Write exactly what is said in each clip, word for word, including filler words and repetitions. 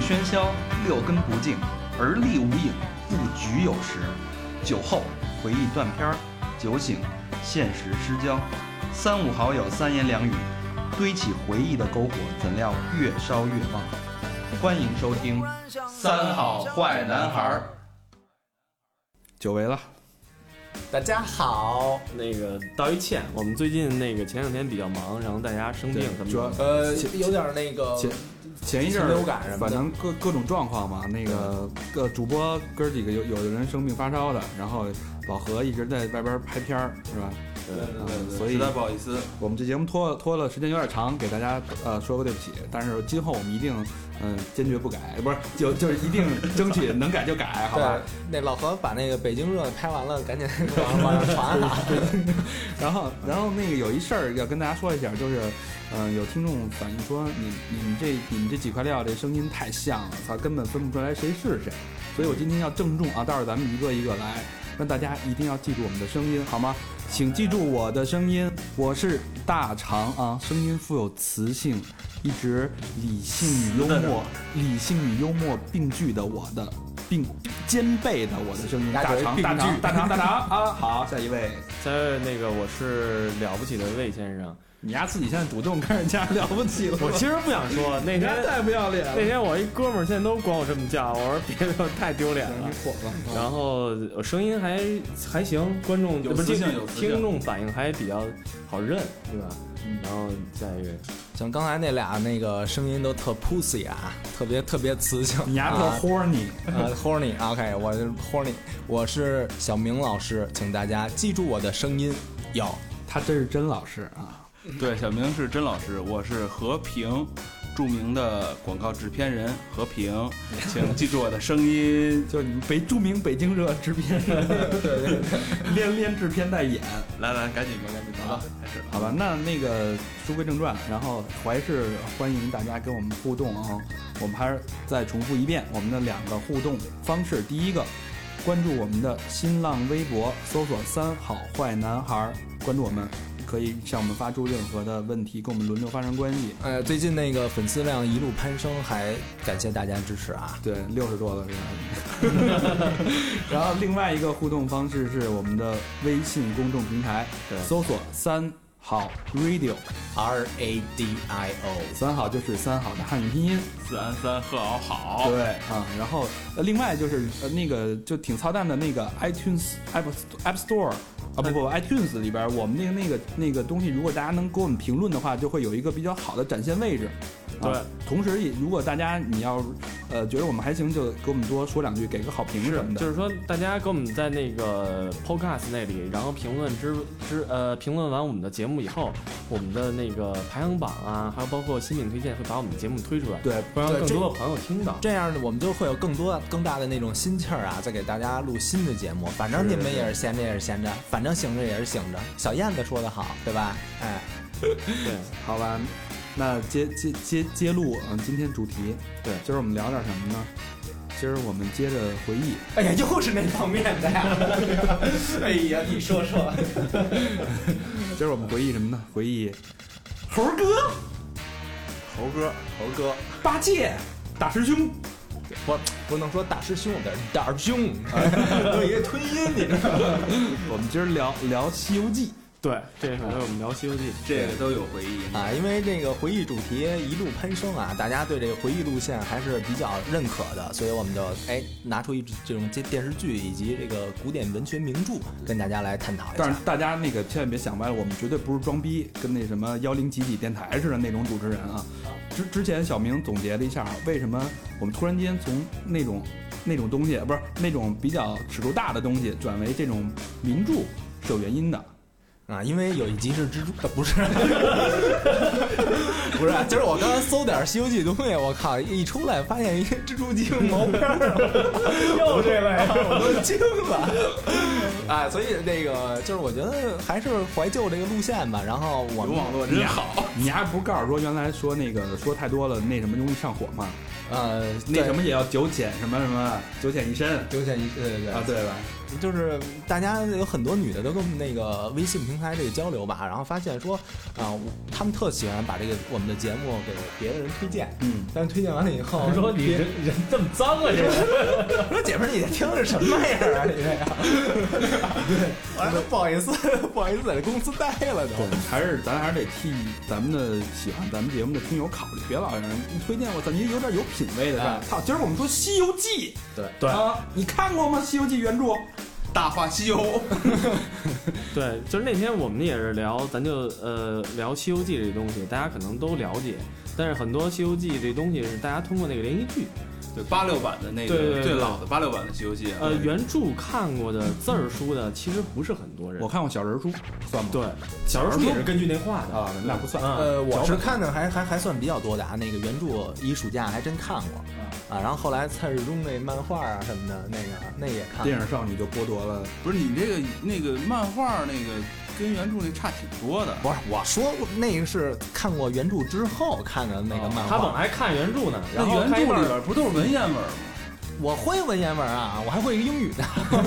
喧嚣，六根不净，而立无影，布局有时。酒后回忆断片儿，酒醒现实失焦。三五好友三言两语，堆起回忆的篝火，怎料越烧越旺。欢迎收听《三好坏男孩》。久违了。 大家好， 那个道一歉，我们最近那个前两天比较忙，然后大家生病什么的， 呃，有点那个前前一阵流感什么的， 反正各各种状况嘛。那个各主播哥几个有有的人生病发烧的，然后老何一直在外边拍片儿，是吧？ 对对对对， 所以实在不好意思， 我们这节目拖拖了时间有点长，给大家呃说个对不起。但是今后我们一定嗯、呃、坚决不改，不是就就是一定争取能改就改，好吧？ 那老何把那个北京热拍完了，赶紧往往上传啊。 然后然后那个有一事儿要跟大家说一下，就是嗯、呃、有听众反映说你你们这你们这几块料这声音太像了，操，根本分不出来谁是谁。所以我今天要郑重啊，待会儿咱们一个一个来。让大家一定要记住我们的声音，好吗？请记住我的声音，我是大肠啊，声音富有磁性，一直理性与幽默，理性与幽默并具的我的并兼备的我的声音，大肠大肠大肠大肠啊！好，下一位， 下一位那个我是了不起的魏先生。 你丫自己现在主动跟人家了不起了， 我其实不想说，那天太不要脸了。 那天我一哥们儿现在都管我这么叫，我说别的太丢脸了。 火了。 然后我声音还还行，观众有磁性有磁性， 听众反应还比较好认，对吧？嗯、然后下一个， 像刚才那俩那个声音都特 pussy 啊，特别特别磁性。 你丫特 horny 啊 horny。OK， 我是 horny， 我是小明老师，请大家记住我的声音。有， 他真是真老师啊。 对，小明是甄老师，我是和平，著名的广告制片人和平，请记住我的声音， 就是你北著名北京热制片人，对对对，连连制片代言。 来来，赶紧吧，赶紧吧，啊，开始。 好吧，那那个书归正传，然后还是欢迎大家跟我们互动啊。我们还是再重复一遍我们的两个互动方式，第一个，关注我们的新浪微博，搜索三好坏男孩，关注我们。可以向我们发出任何的问题，跟我们轮流发生关系。 呃，最近那个粉丝量一路攀升，还感谢大家支持啊！ 对，六十多了是吧？然后另外一个互动方式是我们的微信公众平台，搜索三好 radio，R A D I O， 三好就是三好的汉语拼音， 四安三贺敖好。 对啊，然后呃，另外就是呃那个就挺操蛋的那个 iTunes App App Store。啊不不 ，iTunes 里边我们那个那个那个东西，如果大家能给我们评论的话，就会有一个比较好的展现位置。 对， 啊、同时也如果大家你要呃觉得我们还行，就给我们多说两句，给个好评什么的。 就是说，大家给我们在那个 Podcast 那里，然后评论之之呃评论完我们的节目以后，我们的那个排行榜啊，还有包括新品推荐，会把我们的节目推出来， 对， 会让更多的朋友听到。 这样呢，我们就会有更多更大的那种心气儿啊，再给大家录新的节目。反正你们也是闲着也是闲着，反正醒着也是醒着。小燕子说的好，对吧？哎， 对， 好吧。那接接接接录嗯，今天主题， 对， 今儿我们聊点什么呢？今儿我们接着回忆。 哎呀，又是那方面的呀！哎呀，你说说。 今儿我们回忆什么呢？回忆猴哥， 猴哥， 猴哥， 八戒，大师兄。 不不能说大师兄，得大师兄，有一个吞音，你知道吗？ 我们今儿聊聊《西游记》。 对，这回我们聊《西游记》， 这个都有回忆啊，因为这个回忆主题一路攀升啊，大家对这个回忆路线还是比较认可的，所以我们就哎拿出一这种电视剧以及这个古典文学名著跟大家来探讨一下。 但是大家那个千万别想歪了，我们绝对不是装逼，跟那什么幺零几几电台似的那种主持人啊。之之前小明总结了一下，为什么我们突然间从那种那种东西，不是那种比较尺度大的东西，转为这种名著是有原因的。 啊，因为有一集是蜘蛛，不是，不是，就是我刚才搜点《西游记》东西，我靠，一出来发现一蜘蛛精毛片儿，又这位，我都惊了。啊，所以那个就是我觉得还是怀旧这个路线吧。然后我们网络真好， 你还不是告诉说原来说那个说太多了，那什么容易上火吗？ 呃， 那什么也要九浅什么什么九浅一深， 九浅一对对对啊，对吧？ 就是大家有很多女的都跟我们那个微信平台这个交流吧，然后发现说啊，他们特喜欢把这个我们的节目给别的人推荐， 嗯， 但是推荐完了以后， 说你人人这么脏啊，这个说姐们儿你听是什么玩意儿啊？你这个，对，完了不好意思，不好意思在这公司待了都。 对，还是咱还是得替咱们的喜欢咱们节目的听友考虑，别老让人推荐我，咱您有点有品位的。 哎操，今儿我们说《西游记》， 对对啊，你看过吗？《西游记》原著。 大话西游， 对，就是那天我们也是聊，咱就呃聊《西游记》这东西，大家可能都了解，但是很多《西游记》这东西是大家通过那个连续剧， 对八六版的那个对对对最老的八六版的《西游记》， 呃，原著看过的字儿书的其实不是很多人。 我看过小人书，算吗？ 对，小人书也是根据那画的啊，那不算。 啊呃，我是看的还还还算比较多的啊，那个原著一暑假还真看过啊，然后后来蔡日忠那漫画啊什么的，那个那也看过。 电影少女就剥夺了， 不是你这个那个漫画那个跟原著那差挺多的。 不是我说那个是看过原著之后看的那个漫画， 他本来看原著呢，然那原后开漫著里边不都是文言文吗？ 我会文言文啊，我还会一个英语呢。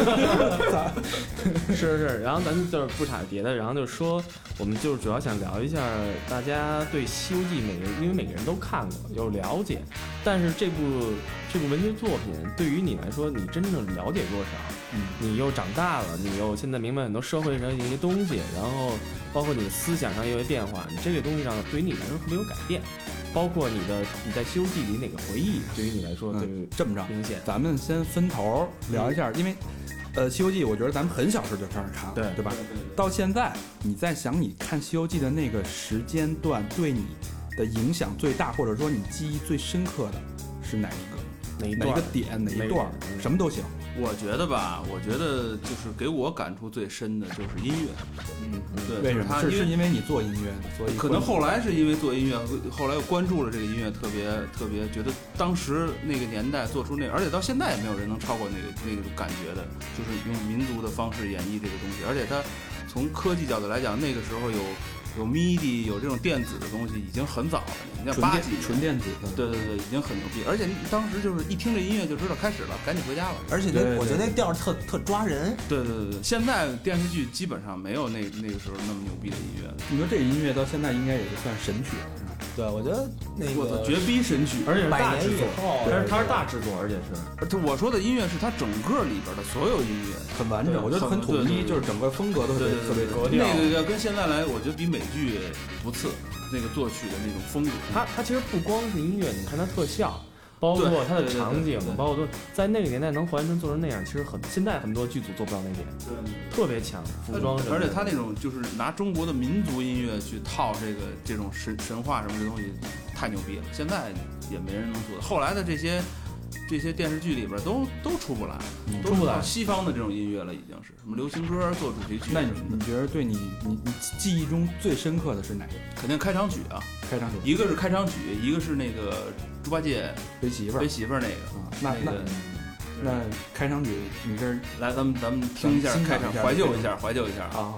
是是，然后咱们就是不岔别的，然后就说我们就是主要想聊一下大家对《西游记》每个人，因为每个人都看过有了解，但是这部这部文学作品对于你来说，你真正了解多少？ 嗯， 你又长大了，你又现在明白很多社会上的一些东西，然后包括你思想上也有变化，你这个东西上对于你来说会有改变。包括你的你在《西游记》里哪个回忆，对于你来说，对于这么着， 明显。 咱们先分头聊一下，因为，呃，《西游记》我觉得咱们很小时候就开始看了， 对对吧？到现在，你在想你看《西游记》的那个时间段对你的影响最大，或者说你记忆最深刻的是哪一个？ 哪一段？ 哪个点？哪一段？ 嗯、 什么都行。 我觉得吧，我觉得就是给我感触最深的就是音乐。 嗯， 对， 为什么？是是因为你做音乐的，所以可能后来是因为做音乐，后来又关注了这个音乐，特别特别觉得当时那个年代做出那个，而且到现在也没有人能超过那个那个感觉的，就是用民族的方式演绎这个东西。而且它从科技角度来讲，那个时候有有 M I D I 有这种电子的东西已经很早了。你像八几纯电子的， 对对对，已经很牛逼。而且当时就是一听这音乐就知道开始了，赶紧回家了。 而且那我觉得那调特特抓人。 对对对对，现在电视剧基本上没有那那个时候那么牛逼的音乐了。 你说这个音乐到现在应该也就算神曲了，是吧？ 对，我觉得那个绝逼神曲， 而且是大制作，但是它是大制作，而且是。 我说的音乐是它整个里边的所有音乐很完整，我觉得很统一，就是整个风格都特别特别格调。 那个要跟现在来，我觉得比美剧不次，那个作曲的那种风格。 它它其实不光是音乐，你看它特效。包括它的场景，包括都在那个年代能完全做成那样，其实很现在很多剧组做不到那点， 对， 特别强，服装什么的。 而且他那种就是拿中国的民族音乐去套这个这种神神话什么这东西，太牛逼了。现在也没人能做的。后来的这些这些电视剧里边都都出不来， 嗯、 出不来西方的这种音乐了，已经是什么流行歌做主题曲。 那你你觉得对你你你记忆中最深刻的是哪个？ 肯定开场曲啊， 开场曲， 一个是开场曲，一个是那个猪八戒背媳妇儿背媳妇儿那个啊，那那个那开场曲，你这来咱们咱们听一下开场，怀旧一下，怀旧一下啊。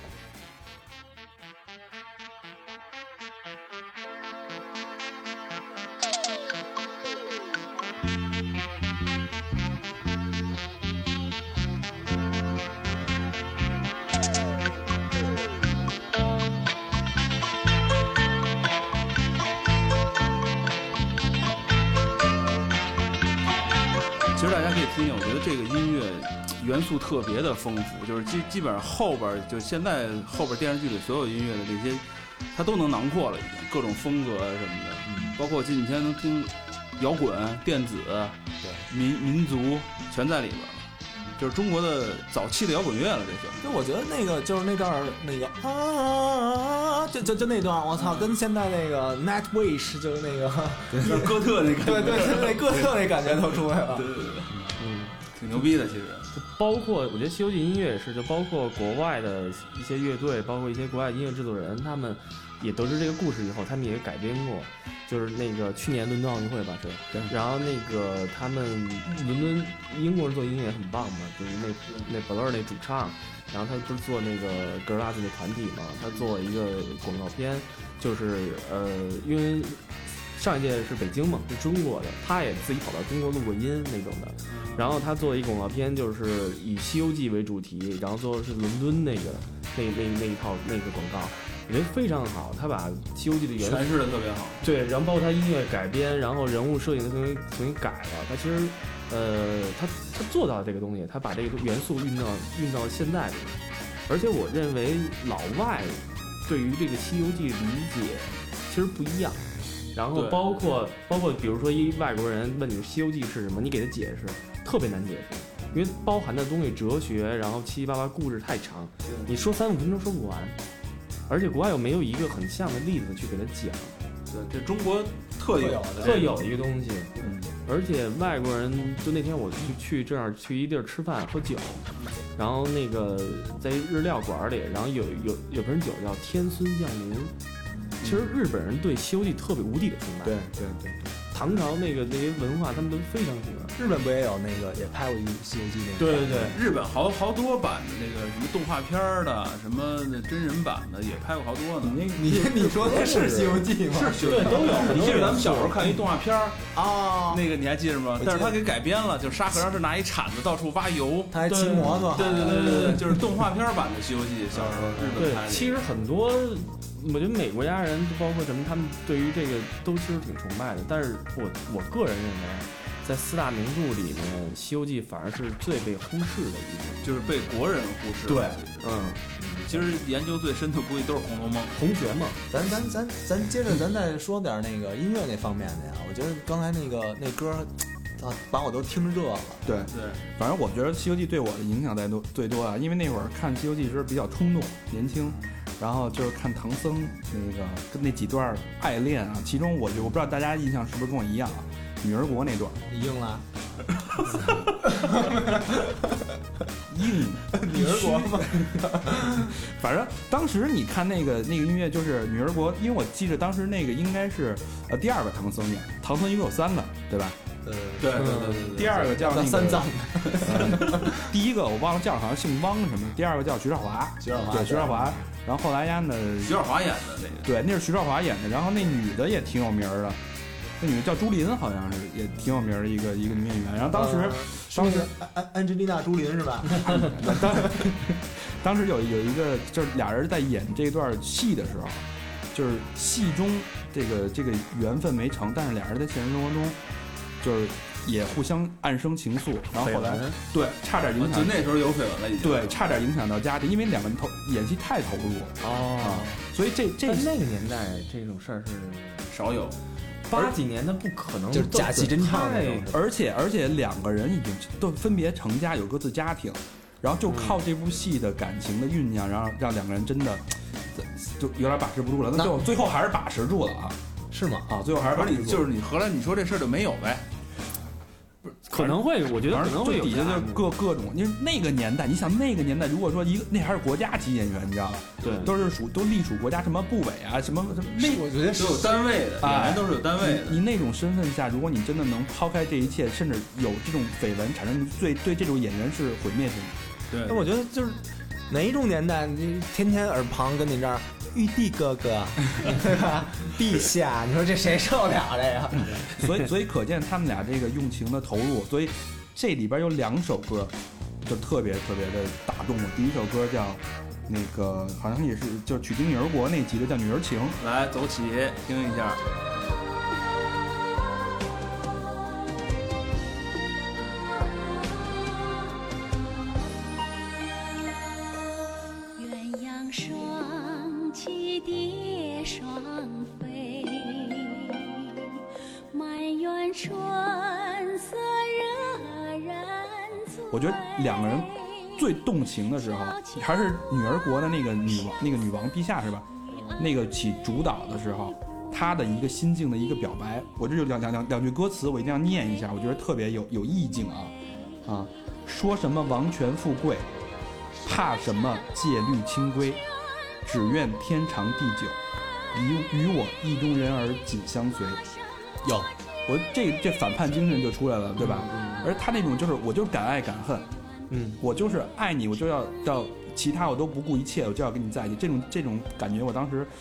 其实大家可以听听，我觉得这个音乐元素特别的丰富，就是基基本上后边就现在后边电视剧里所有音乐的这些，它都能囊括了，已经各种风格什么的，嗯，包括今天能听摇滚、电子、对民民族全在里边了，就是中国的早期的摇滚乐了，这就。 就我觉得那个就是那段那个啊，就就就那段，我操，跟现在那个 Nightwish 就是那个就是哥特那感觉， 对对对，那哥特那感觉都出来了， 对对对，嗯，挺牛逼的，其实。 包括我觉得《西游记》音乐也是，就包括国外的一些乐队，包括一些国外音乐制作人，他们也得知这个故事以后，他们也改编过，就是那个去年伦敦奥运会吧，是。对。然后那个他们伦敦英国人做音乐很棒嘛，就是那那 Blur 那主唱，然后他不是做那个格拉子那团体嘛，他做一个广告片，就是呃，因为《 上一届是北京嘛，是中国的，他也自己跑到中国录过音那种的。然后他做了一广告片，就是以《西游记》为主题，然后做的是伦敦那个那那那一套那个广告，我觉得非常好。他把《西游记》的元素诠释的特别好。 对，然后包括他音乐改编，然后人物设计的重新重新改了。他其实，呃，他他做到这个东西，他把这个元素运到运到现在里面。而且我认为老外对于这个《西游记》理解其实不一样。然后包括包括比如说一外国人问你《西游记》是什么，你给他解释特别难解释，因为包含的东西哲学，然后七七八八故事太长，你说三五分钟说不完。而且国外又没有一个很像的例子去给他讲， 对，这中国特有的特有的一个东西。嗯，而且外国人就那天我去去这样去一地儿吃饭喝酒，然后那个在日料馆里，然后有有有瓶酒叫天孙降临。其实日本人对《西游记》特别无敌的崇拜， 对对对， 唐朝那个那些文化他们都非常喜欢。 日本不也有那个也拍过一《西游记》那个？ 对对对， 日本好好多版的那个什么动画片的，什么真人版的也拍过好多呢。 你你你说的是《西游记》吗？ 是，对，都有。你记得咱们小时候看一动画片啊， 那个你还记得吗？但是他给改编了，就是沙和尚是拿一铲子到处挖油， 他还骑摩托。 对对对对对，就是动画片版的《西游记》，小时候日本拍的。 其实很多。我觉得美国家人包括什么，他们对于这个都其实挺崇拜的。但是我我个人认为，在四大名著里面，《西游记》反而是最被忽视的一部， 就是被国人忽视。 对，嗯， 其实研究最深的估计都是《红楼梦》、 红学嘛。 咱咱咱咱接着咱再说点那个音乐那方面的呀。我觉得刚才那个那歌。啊，把我都听热了。 对对， 反正我觉得《西游记》对我的影响最多最多啊，因为那会儿看《西游记》时比较冲动、年轻，然后就是看唐僧那个跟那几段爱恋啊，其中我就我不知道大家印象是不是跟我一样啊，女儿国那段， 你硬了， 硬女儿国吗？ 反正当时你看那个那个音乐就是女儿国，因为我记得当时那个应该是呃第二个唐僧演，唐僧一共有三个，对吧？ 呃， 对对对对， 第二个叫那个三藏， 呃，第一个我忘了叫，好像姓汪什么，第二个叫徐少华， 徐少华对徐少华，然后后来呀呢， 徐少华演的那个， 对，那是徐少华演的，然后那女的也挺有名的，那女的叫朱琳，好像是也挺有名的一个一个女演员，然后当时、呃、 当时安安吉丽娜朱琳是吧？ 当当时有有一个就是俩人在演这段戏的时候，就是戏中这个这个缘分没成，但是俩人在现实生活中。就是也互相暗生情愫，然后后来对差点影响， 就那时候有绯闻了已经。 对，差点影响到家庭，因为两个人投演戏太投入了哦、 啊，所以这这那个年代这种事儿是少有， 八几年的不可能， 就是假戏真唱那种。 而且而且两个人已经都分别成家，有各自家庭，然后就靠这部戏的感情的酝酿，然后让两个人真的就有点把持不住了。那最后最后还是把持住了啊。 是吗？ 啊，最后还是把你就是你荷兰，你说这事儿就没有呗？ 可能会，我觉得可能会有底下就各各种，因为那个年代，你想那个年代，如果说一个那还是国家级演员，你知道吧？ 对， 都是属都隶属国家什么部委啊，什么什么那我觉得是有单位的，演员都是有单位的。 你, 你那种身份下，如果你真的能抛开这一切，甚至有这种绯闻产生，对对这种演员是毁灭性的。 对，那我觉得就是哪一种年代，你天天耳旁跟你这儿。玉帝哥哥，对吧？陛下，你说这谁受了这个？ 所以，所以可见他们俩这个用情的投入。所以这里边有两首歌，就特别特别的打动我。第一首歌叫那个，好像也是就是取经女儿国那集的，叫《女儿情》。 来，走起，听一下。 我觉得两个人最动情的时候，还是女儿国的那个女王，那个女王陛下是吧？那个起主导的时候，她的一个心境的一个表白，我这有两两两两句歌词，我一定要念一下，我觉得特别有有意境啊啊！说什么王权富贵，怕什么戒律清规，只愿天长地久，与与我意中人儿紧相随。有。我这这反叛精神就出来了，对吧？嗯、而他那种就是我就是敢爱敢恨， 嗯， 我就是爱你，我就要到其他我都不顾一切，我就要跟你在一起。这种这种感觉，我当时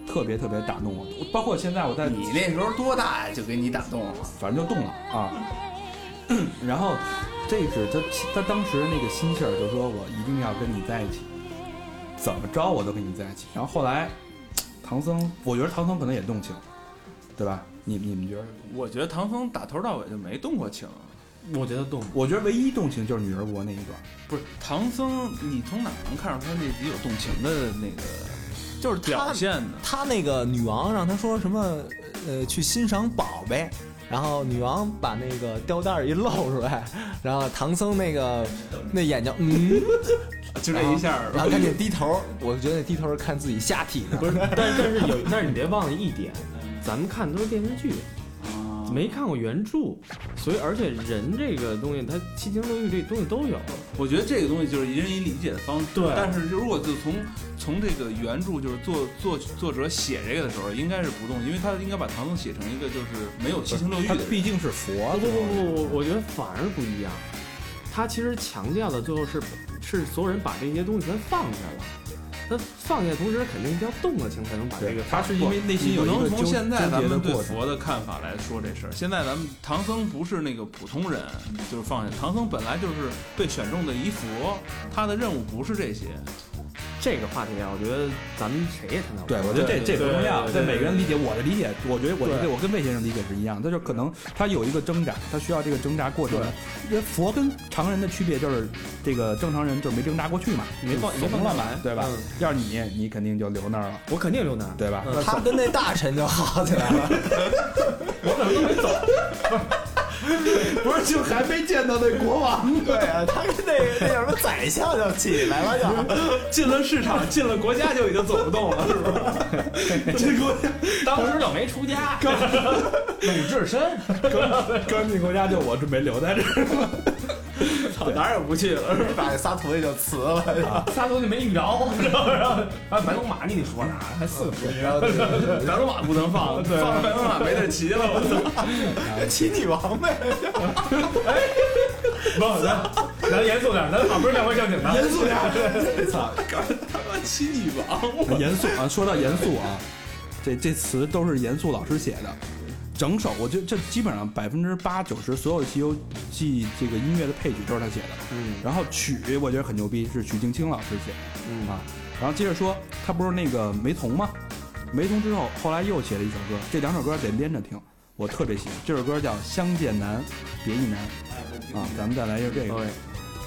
特别特别打动我。包括现在我在你那时候多大呀，就给你打动了？ 反正就动了啊。然后这是他他当时那个心气儿，就说我一定要跟你在一起，怎么着我都跟你在一起。然后后来唐僧，我觉得唐僧可能也动情，对吧？你你们觉得？ 我觉得唐僧打头到尾就没动过情。 我觉得动， 我觉得唯一动情就是女儿国那一段。 不是唐僧，你从哪能看出他那集有动情的那个？ 就是表现的。 他那个女王让他说什么？呃，去欣赏宝贝。然后女王把那个吊带一露出来，然后唐僧那个那眼睛，嗯， 就这一下， 然后赶紧低头。我觉得低头是看自己下体呢。 不是，但但是有，但是你别忘了一点，咱们看的都是电视剧。没看过原著，所以而且人这个东西，它七情六欲这东西都有。 我觉得这个东西就是一人一理解的方式。 对。 但是如果就从从这个原著，就是作作作者写这个的时候，应该是不动，因为他应该把唐僧写成一个就是没有七情六欲的人。 他毕竟是佛。 不不不不，我觉得反而不一样。他其实强调的最后是是所有人把这些东西全放下了。他放下，同时肯定要动了情才能把这个。 他是因为内心有一个不能从现在咱们对过佛的看法来说这事儿。现在咱们唐僧不是那个普通人，就是放下。唐僧本来就是被选中的一佛，他的任务不是这些。 这个话题啊，我觉得咱们谁也谈到。 对，我觉得这这不重要。在每个人理解，我的理解，我觉得我我跟魏先生理解是一样。他就可能他有一个挣扎，他需要这个挣扎过程。因为佛跟常人的区别就是，这个正常人就是没挣扎过去嘛， 没放没放满，对吧？嗯、要是你，你肯定就留那儿了。 我肯定留那儿， 对吧？ 嗯、他跟那大臣就好起来了。 我可能都没走。 不是，就还没见到那国王。 对啊，他跟那个那叫什么宰相就起来了，就进了市场，进了国家就已经走不动了，是不是？这国家当时就没出家，鲁智深刚刚进国家就我准备留在这儿。 操，哪儿也不去了，是吧？ 把仨徒弟就辞了， 啊、仨徒弟没遇着，知道吗？然后啊，白龙马你得说啥？还四个徒弟，白龙马不能放，放白龙马没得骑了，我操！ 骑女王呗。 哎，不，咱咱严肃点，咱好不是两回正经的， 严肃点。操， 他妈骑女王！ 严肃啊！说到严肃啊，这这词都是严肃老师写的。整首，我觉得这基本上百分之八九十所有《西游记》这个音乐的配曲都是他写的。 嗯， 然后曲我觉得很牛逼，是许镜清老师写的。 嗯啊，然后接着说，他不是那个没从吗？没从之后，后来又写了一首歌，这两首歌得连着听，我特别喜欢。这首歌叫《相见难，别亦难》啊，咱们再来一个这个。 Okay.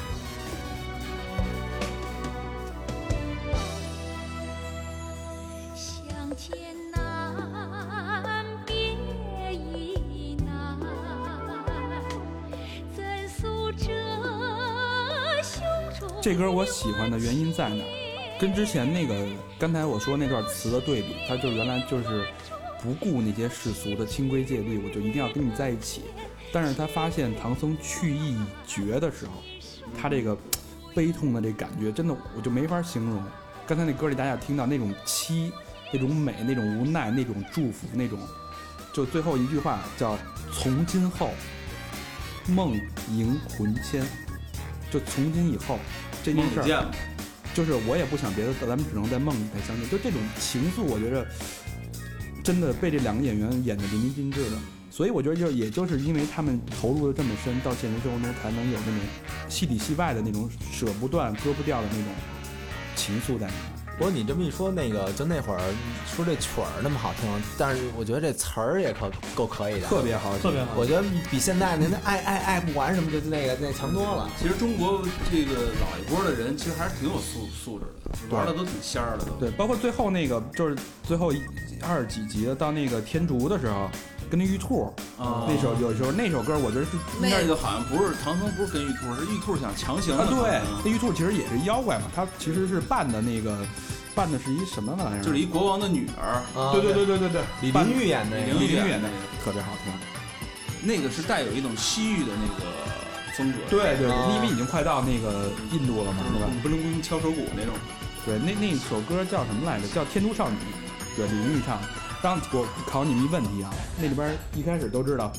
这歌我喜欢的原因在哪？跟之前那个刚才我说那段词的对比，它就原来就是不顾那些世俗的清规戒律，我就一定要跟你在一起。但是他发现唐僧去意已决的时候，他这个悲痛的这感觉，真的我就没法形容。刚才那歌里大家听到那种凄、那种美、那种无奈、那种祝福、那种，就最后一句话叫“从今后，梦萦魂牵”，就从今以后。这件事儿，就是我也不想别的，咱们只能在梦里才相见。就这种情愫，我觉得真的被这两个演员演得淋漓尽致的。所以我觉得就也就是因为他们投入的这么深，到现实生活中才能有那种戏里戏外的那种舍不断、割不掉的那种情愫在里面。 不过你这么一说，那个就那会儿说这曲儿那么好听，但是我觉得这词儿也可够可以的， 特别好， 特别好。 我觉得比现在那那爱爱爱不完什么的那个那强多了。 其实中国这个老一波的人，其实还是挺有素素质的，玩的都挺仙儿的都。 对，包括最后那个就是最后二十几集的到那个天竺的时候。跟那玉兔啊，那首有时候那首歌，我觉得是那个好像不是唐僧，不是跟玉兔，是玉兔想强行的。 啊，对，那玉兔其实也是妖怪嘛，他其实是扮的那个，扮的是一什么玩意儿？ 就是一国王的女儿。 啊、对对对对对对， 李玲玉演的， 李玲玉演的特别好听。 那个是带有一种西域的那个风格。 对对，因为已经快到那个印度了嘛，对吧？ 不能不敲手鼓那种。 对，那那首歌叫什么来着？叫《天竺少女》，对，李玲玉唱。当我考你们一问题啊，那里边一开始都知道，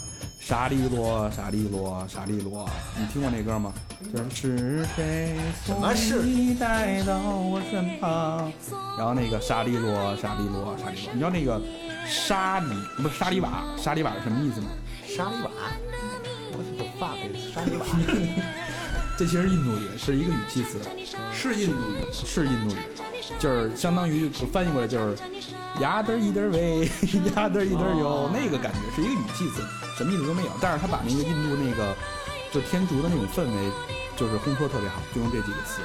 沙利罗，沙利罗，沙利罗，你听过那歌吗？就是谁送你带到我身旁？然后那个沙利罗，沙利罗，沙利罗，你知道那个沙里不是沙里瓦，沙里瓦是什么意思吗？ 沙里瓦，我的发给沙里瓦， 这其实印度语是一个语气词， 是印度语， 是印度语，就是相当于翻译过来就是呀嘚一嘚喂，呀嘚一嘚有，那个感觉是一个语气词，什么意思都没有，但是他把那个印度那个就天竺的那种氛围就是烘托特别好，就用这几个词。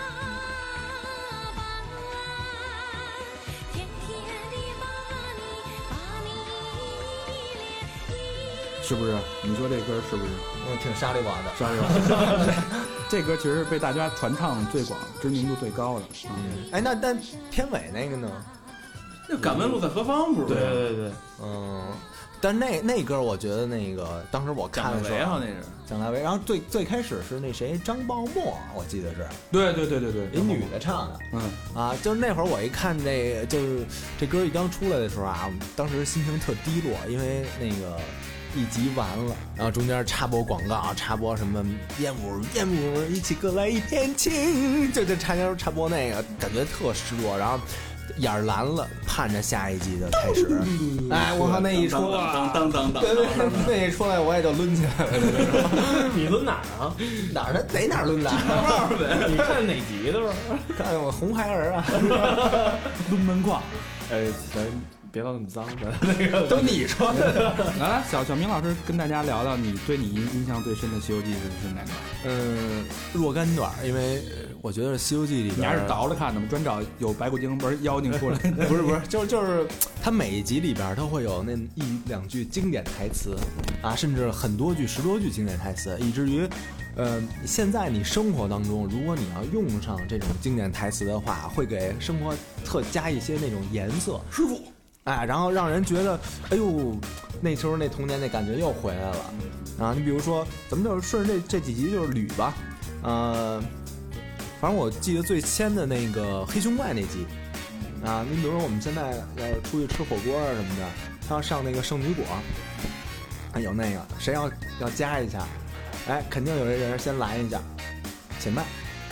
是不是？你说这歌是不是？ 嗯，挺沙里瓦的。 沙里瓦。这歌其实被大家传唱最广、知名度最高的。 嗯，哎，那但片尾那个呢？ 那敢问路在何方不是？ 对对对， 嗯，但那那歌我觉得那个当时我看的时候， 蒋那是蒋大为，然后最最开始是那谁张爆沫，我记得是， 对对对对对， 一女的唱的， 嗯啊，就是那会儿我一看这，就是这歌一刚出来的时候啊，当时心情特低落，因为那个。一集完了，然后中间插播广告，插播什么燕舞燕舞一起歌来一片情，就这插播插播那个，感觉特失落，然后眼儿蓝了，盼着下一集的开始。哎，我靠，那一出来， 当当当当， 对对，那一出来我也就抡起来了。 你抡哪儿啊？ 哪儿的哪哪儿抡哪儿？你看哪集的吧？ 看我红孩儿啊， 抡门框。 哎，咱别老那么脏的，那个都你说的。 来，小小明老师跟大家聊聊，你对你印印象最深的《西游记》是是哪个？ 嗯，若干段，因为我觉得《西游记》里边你还是倒着看的吗？专找有白骨精不是妖精出来？ 不是不是，就是就是它每一集里边都会有那一两句经典台词啊，甚至很多句、十多句经典台词，以至于。呃，现在你生活当中，如果你要用上这种经典台词的话，会给生活特加一些那种颜色。 师傅， 哎，然后让人觉得，哎呦，那时候那童年那感觉又回来了。啊，你比如说，咱们就是顺着这这几集就是捋吧。呃，反正我记得最先的那个黑熊怪那集。啊，你比如说我们现在要是出去吃火锅啊什么的，他要上那个圣女果，哎有那个谁要要加一下。哎，肯定有一人先来一下，且慢。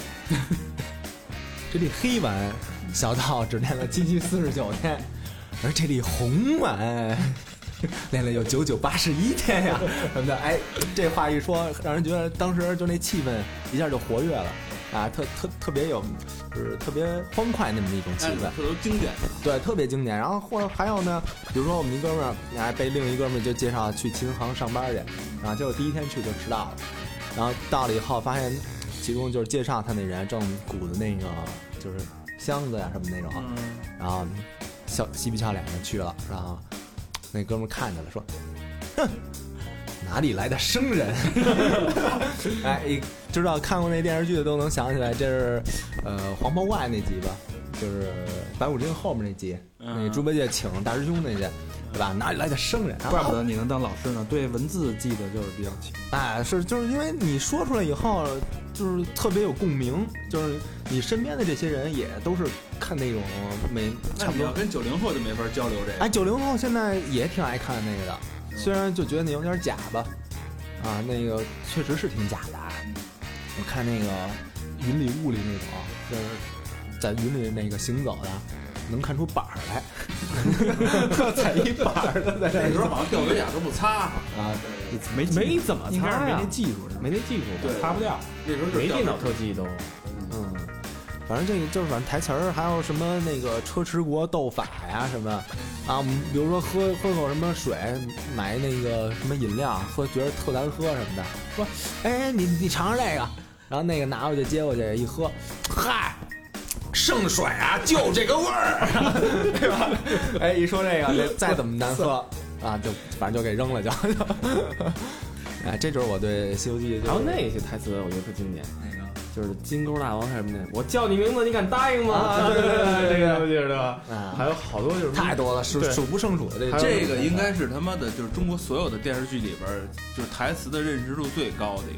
这里黑丸小道只练了七七四十九天，而这里红丸练了有九九八十一天呀，什么的。哎，这话一说，让人觉得当时就那气氛一下就活跃了啊，特特特别有，就是特别欢快那么一种气氛， 这都经典， 对，特别经典。然后或者还有呢，比如说我们一哥们儿，哎，被另一哥们儿就介绍去琴行上班去，然后结果第一天去就迟到了，然后到了以后发现，其中就是介绍他那人正鼓的那个就是箱子呀什么那种， 嗯、 然后笑嬉皮笑脸的去了，然后那哥们儿看见了说，哼。哪里来的生人？哎，知道看过那电视剧的都能想起来，这是呃黄袍怪那集吧，就是白骨精后面那集，嗯、那猪八戒请大师兄那集，对吧？哪里来的生人？ 怪不得你能当老师呢，对文字记得就是比较清。 哎，是就是因为你说出来以后，就是特别有共鸣，就是你身边的这些人也都是看那种美，差不多跟九零后就没法交流这个。 哎，九零后现在也挺爱看那个的。虽然就觉得那有点假吧，啊，那个确实是挺假的。我看那个云里雾里那种，就是在云里那个行走的，能看出板儿来，踩一板儿的。在那时候好像掉尾甲都不擦啊， 没没怎么擦呀， 没那技术， 没那技术， 对， 擦不掉。 那时候没电脑特技都， 嗯。反正这个就是反正台词儿，还有什么那个车迟国斗法呀什么啊，比如说喝喝口什么水，买那个什么饮料喝，觉得特难喝什么的，说哎你你尝尝这个，然后那个拿过去接过去一喝，嗨，圣水啊就这个味儿，对吧？哎一说这个这再怎么难喝啊，就反正就给扔了就。哎，这就是我对《西游记》。 还有那些台词，我觉得特经典。那个就是金钩大王还是什么的，我叫你名字，你敢答应吗？ 啊，对对对， 这个我记得吧？ 啊， 还有好多就是太多了，数数不胜数的。这这个应该是他妈的，就是中国所有的电视剧里边，就是台词的认知度最高的一个。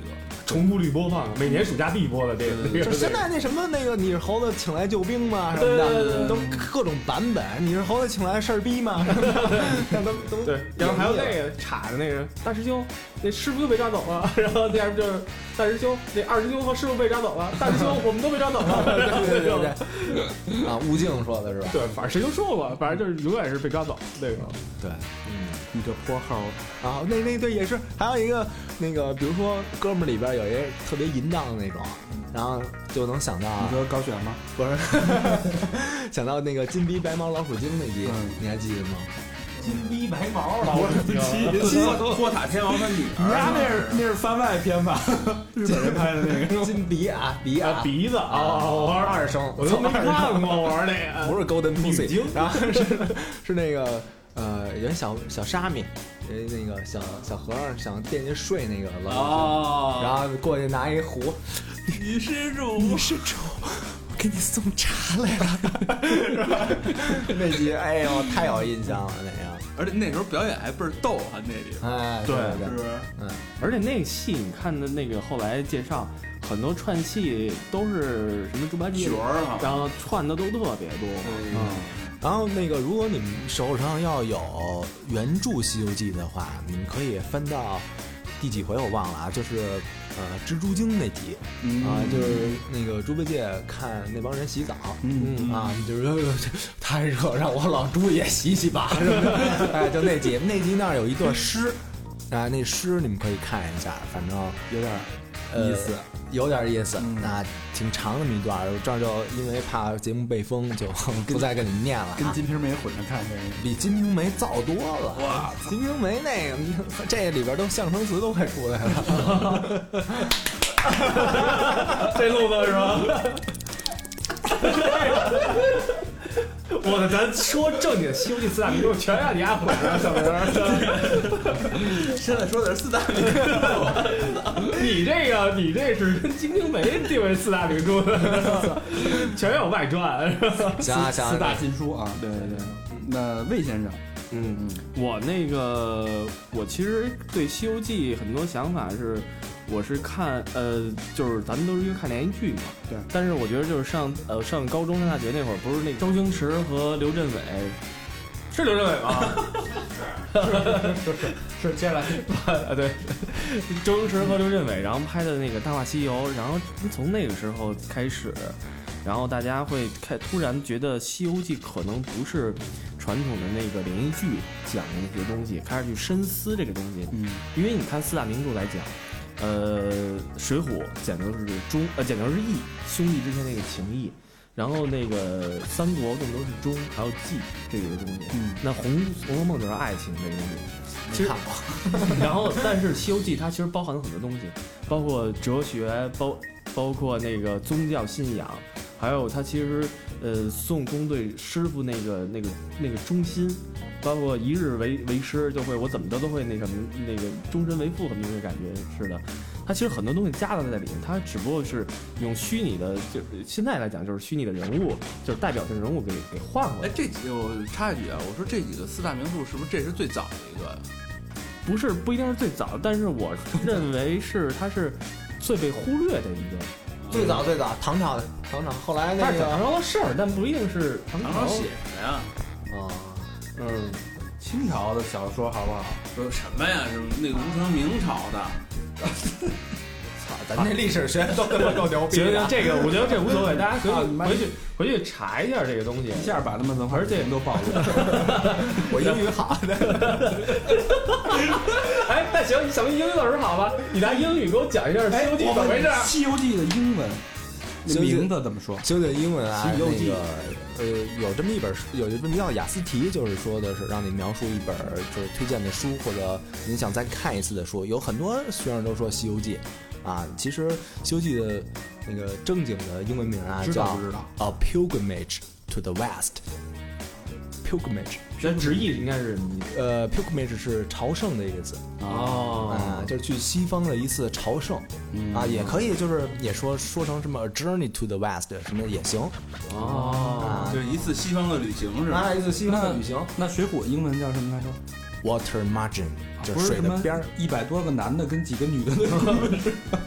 重复率播放，每年暑假必播的这个。这个就现在那什么那个你是猴子请来救兵吗什么的，都各种版本。你是猴子请来事儿逼吗？都都对。然后还有那个插的那个大师兄，那师傅又被抓走了。然后第二就是大师兄，那二师兄和师傅被抓走了。大师兄我们都被抓走了。 对对对对。啊，吴静说的是吧？ 对，反正谁都说过，反正就是永远是被抓走那个。 对，嗯， 你这泼猴啊，那那对也是，还有一个那个，比如说哥们儿里边有一个特别淫荡的那种，然后就能想到， 你说高选吗？ 不是，想到那个金鼻白毛老鼠精那集，嗯、你还记得吗？ 金逼白毛老鼠精， 托塔天王他女儿， 呀，那是那是番外篇吧？日本人拍的那个金鼻啊鼻啊鼻子啊，我玩二声， 我都没看过，我玩那个不是 Golden Pussy， 然后是是那个呃，人小小沙弥，人那个小小和尚想惦记睡那个老鼠，然后过去拿一壶， 女施主， 女施主。给你送茶来了，那集哎呦太有印象了那样， 而且那时候表演还倍儿逗啊，那里哎对是不是？ 嗯，而且那个戏你看的那个后来介绍，很多串戏都是什么猪八戒角儿啊， 然后串的都特别多， 嗯。然后那个，如果你们手上要有原著《西游记》的话，你们可以翻到第几回我忘了啊，就是呃蜘蛛精那集、嗯、啊，就是那个猪八戒看那帮人洗澡，嗯啊，就是太热，让我老猪也洗洗吧，是不是？哎，就那集，那集那儿有一段诗啊，那诗你们可以看一下，反正有点意思。 呃有点意思， 嗯、 那挺长那么一段，这儿就因为怕节目被封，就不再跟你们念了、啊。 跟《金瓶梅》混着看，这比《金瓶梅》燥多了。哇，《金瓶梅》那个这里边都象声词都快出来了， 这路子是吧？我的，咱说正经《西游记》四大名著，全让你丫混了，小明。 现在说的是四大名著， 你这个，你这是跟《金瓶梅》地位四大名著的，全有外传。 行啊行啊， 四大禁书啊，对对对。那魏先生， 嗯嗯，我那个，我其实对《西游记》很多想法是。我是看，呃，就是咱们都是因为看连续剧嘛， 对。 但是我觉得就是上，呃，上高中上大学那会儿，不是那周星驰和刘镇伟，是刘镇伟吗？ 是是是是，接下来啊，对，周星驰和刘镇伟，然后拍的那个《大话西游》，然后从那个时候开始，然后大家会开突然觉得《西游记》可能不是传统的那个连续剧讲的那些东西，开始去深思这个东西。 嗯， 因为你看四大名著来讲。呃，水浒讲的是忠，呃，讲的是义，兄弟之间那个情义。然后那个三国更多是忠，还有义这个东西。嗯，那红红楼梦就是爱情这个东西，其实看过。然后，但是《西游记》它其实包含了很多东西，包括哲学，包包括那个宗教信仰，还有它其实呃孙悟空对师傅那个那个那个忠心。包括一日为为师，就会我怎么着都会那什么那个终身为父，很那个感觉是的。它其实很多东西加到在里面，它只不过是用虚拟的，就现在来讲就是虚拟的人物，就是代表性人物给给换过来。 哎，这几我插一句啊，我说这几个四大名著是不是这是最早的一个？ 不是，不一定是最早，但是我认为是它是最被忽略的一个。 最早最早唐朝的唐朝，后来那个唐朝的事儿，但不一定是唐朝写的呀。 啊。 嗯，清朝的小说好不好？ 不是什么呀？是那个吴承明朝的。 操，咱这历史学都他妈够牛逼。 行行，这个我觉得这无所谓，大家可以回去回去查一下这个东西， 一下把他们文化这都暴露了。 我英语好的。 哎，那行，小明英语老师好吧？你拿英语给我讲一下《西游记》怎么回事？ 《西游记》的英文名字怎么说？ 《西游记》英文啊， 西游记那个呃，有这么一本，有这么一道雅思题，就是说的是让你描述一本就是推荐的书，或者你想再看一次的书。有很多学生都说《西游记》，啊，其实《西游记》的那个正经的英文名啊知叫道不知道 A Pilgrimage to the West。Pilgrimage， 这直译应该是呃 ，pilgrimage 是朝圣的意思哦， 啊，就是去西方的一次朝圣、 嗯、 啊，也可以就是也说说成什么 a journey to the west 什么也行哦， 啊、就是一次西方的旅行是吧？ 啊，一次西方的旅行。 那水浒英文叫什么来着 ？Water margin， 就是水的边儿， 一百多个男的跟几个女的的故事。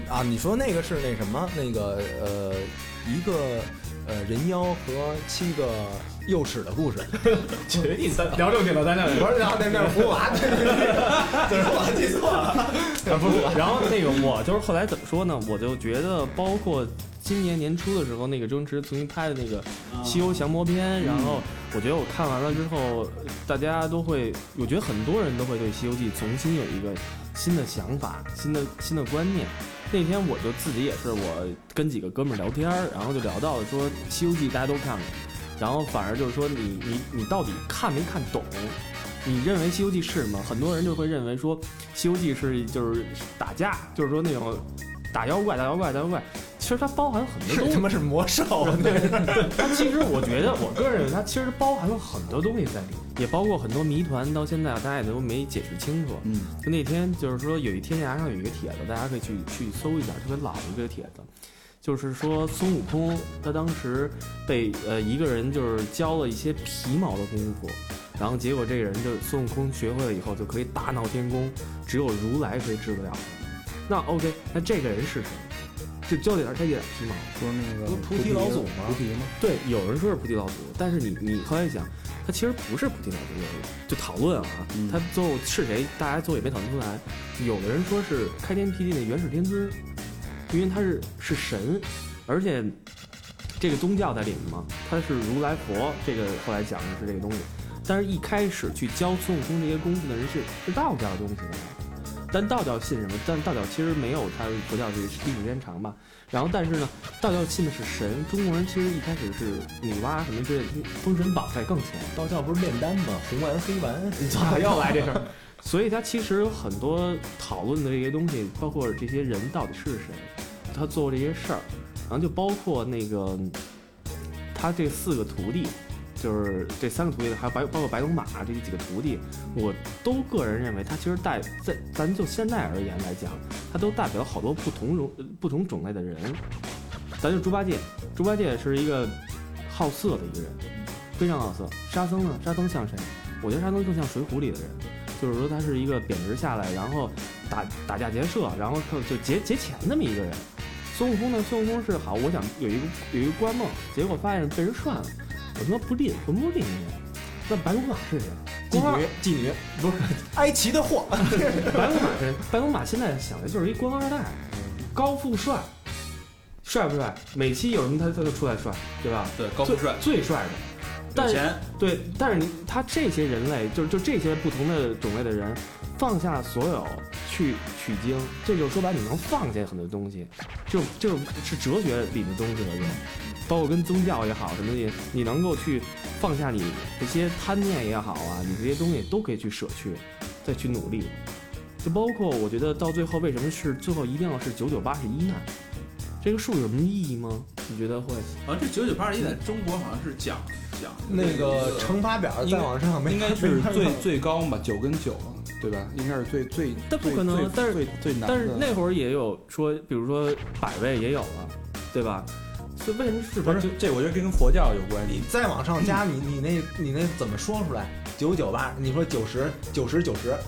啊，你说那个是那什么那个呃一个呃人妖和七个幼齿的故事。 决定咱聊正经了，咱俩不是聊那面葫芦娃，就是我记错了。 不是，然后那个我就是后来怎么说呢？我就觉得包括今年年初的时候，那个周星驰重新拍的那个《西游降魔篇》，然后我觉得我看完了之后，大家都会，我觉得很多人都会对《西游记》重新有一个新的想法、新的新的观念。那天我就自己也是，我跟几个哥们儿聊天，然后就聊到了说《西游记》大家都看过，然后反而就是说你你你到底看没看懂？你认为《西游记》是什么？很多人就会认为说《西游记》是就是打架，就是说那种打妖怪、打妖怪、打妖怪。其实它包含很多东西， 是他妈是魔兽。 对，它其实我觉得，我个人认为它其实包含了很多东西在里面，也包括很多谜团，到现在大家也都没解释清楚。 嗯， 就那天就是说有一天涯上有一个帖子，大家可以去去搜一下，特别老的一个帖子。就是说孙悟空他当时被呃一个人就是教了一些皮毛的功夫，然后结果这个人就孙悟空学会了以后就可以大闹天宫，只有如来可以治得了。那 OK， 那这个人是谁？就教点他一点皮毛， 说那个菩提老祖吗？ 菩提吗？ 对，有人说是菩提老祖，但是你你后来想，他其实不是菩提老祖，就讨论啊， 嗯、 他最后是谁，大家最后也没讨论出来。有的人说是开天辟地的元始天尊。因为他是是神，而且这个宗教在里面嘛，他是如来佛，这个后来讲的是这个东西。但是一开始去教孙悟空这些功夫的人是是道教的东西的，但道教信什么？但道教其实没有他佛教这个历史时间长吧。然后但是呢，道教信的是神，中国人其实一开始是女娲什么之类的，封神榜在更前。 道教不是炼丹吗？红丸黑丸， 咋又来这事儿？所以他其实有很多讨论的这些东西，包括这些人到底是谁，他做这些事儿，然后就包括那个他这四个徒弟，就是这三个徒弟，还有白包括白龙马这几个徒弟，我都个人认为他其实代在咱就现在而言来讲，他都代表好多不同种不同种类的人。咱就猪八戒，猪八戒是一个好色的一个人，非常好色。沙僧呢？沙僧像谁？我觉得沙僧更像水浒里的人。就是说他是一个贬值下来，然后打打架劫舍，然后就劫劫钱这么一个人。孙悟空呢？孙悟空是好，我想有一个有一个官梦，结果发现被人涮了，我他妈不吝，我不吝人家。那白龙马是谁？ 妓女，妓女不是埃及的货。 白龙马是白龙马，现在想的就是一官二代，高富帅，帅不帅？每期有什么他他就出来帅，对吧？ 对，高富帅最帅的。但是对，但是你他这些人类，就是就这些不同的种类的人，放下所有去取经，这就是说白，你能放下很多东西，就就是哲学里的东西了，就包括跟宗教也好，什么东西，你能够去放下你这些贪念也好啊，你这些东西都可以去舍去，再去努力。就包括我觉得到最后，为什么是最后一定要是九九八十一难？这个数有什么意义吗？你觉得会？ 啊，这九九八十一在中国好像是讲讲那个乘法表再往上没， 应该是最最高嘛，九跟九，对吧？应该是最最， 但不可能，但是最最难的。 但是那会儿也有说，比如说百位也有了，对吧？所以为什么是不是这？我觉得这跟佛教有关系。 你再往上加，你你那你那怎么说出来？九九八，你说九十九十九十。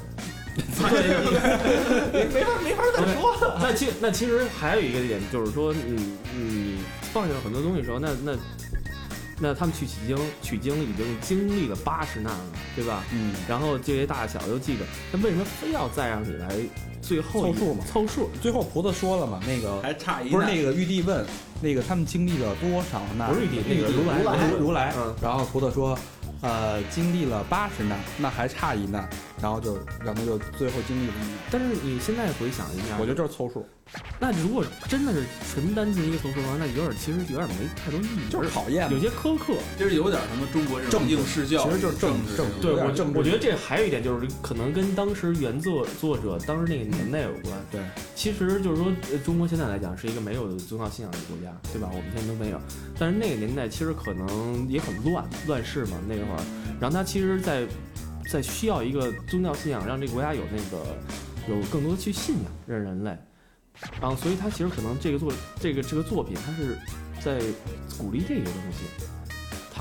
没没法没法再说了。 那其那其实还有一个点，就是说你你放下很多东西的时候，那那那他们去取经取经已经经历了八十难了，对吧？嗯。然后这些大小都记着，那为什么非要再让你来最后凑数嘛？ 凑数。 最后菩萨说了嘛，那个还差一不是那个玉帝问那个他们经历了多少难？ 不是玉帝，那个如来如来如来。 嗯。 然后菩萨说。呃，经历了八十难，那还差一难，然后就让他就最后经历了一难。 但是你现在回想一下， 我觉得就是凑数。 那如果真的是纯单纯一个凑数的话，那有点其实有点没太多意义， 就是考验， 有些苛刻， 就是有点什么中国这种应试教， 其实就是政治政治。 对，我我觉得这还有一点就是可能跟当时原作作者当时那个年代有关。 对， 其实就是说中国现在来讲是一个没有宗教信仰的国家，对吧？我们现在都没有，但是那个年代其实可能也很乱，乱世嘛那会儿。然后他其实在，在需要一个宗教信仰，让这个国家有那个有更多去信仰让人类，然后所以他其实可能这个作这个这个作品，他是在鼓励这个东西。